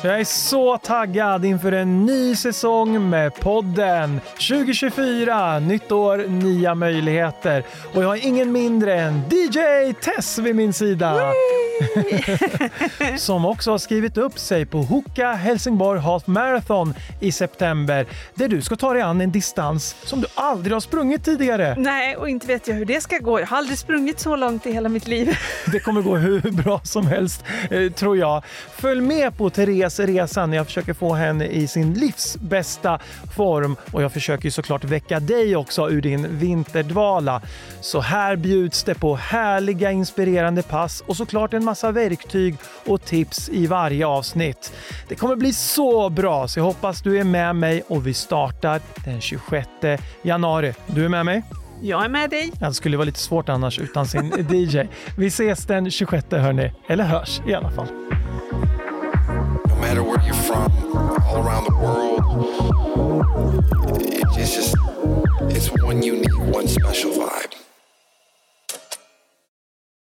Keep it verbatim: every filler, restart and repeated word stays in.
Jag är så taggad inför en ny säsong med podden. tjugo tjugofyra, nytt år, nya möjligheter. Och jag har ingen mindre än D J Tess vid min sida. Som också har skrivit upp sig på Hoka Helsingborg Half Marathon i september. Där du ska ta dig an en distans som du aldrig har sprungit tidigare. Nej, och inte vet jag hur det ska gå. Jag har aldrig sprungit så långt i hela mitt liv. Det kommer gå hur bra som helst, eh, tror jag. Följ med på Therese resa när jag försöker få henne i sin livs bästa form. Och jag försöker ju såklart väcka dig också ur din vinterdvala. Så här bjuds det på härliga, inspirerande pass och såklart en massa verktyg och tips i varje avsnitt. Det kommer bli så bra, så jag hoppas du är med mig och vi startar den tjugosjätte januari. Du är med mig? Jag är med dig. Det skulle vara lite svårt annars utan sin D J. Vi ses den tjugosjätte hörni. Eller hörs i alla fall. No matter where you're from, all around the world, it's just, it's one unique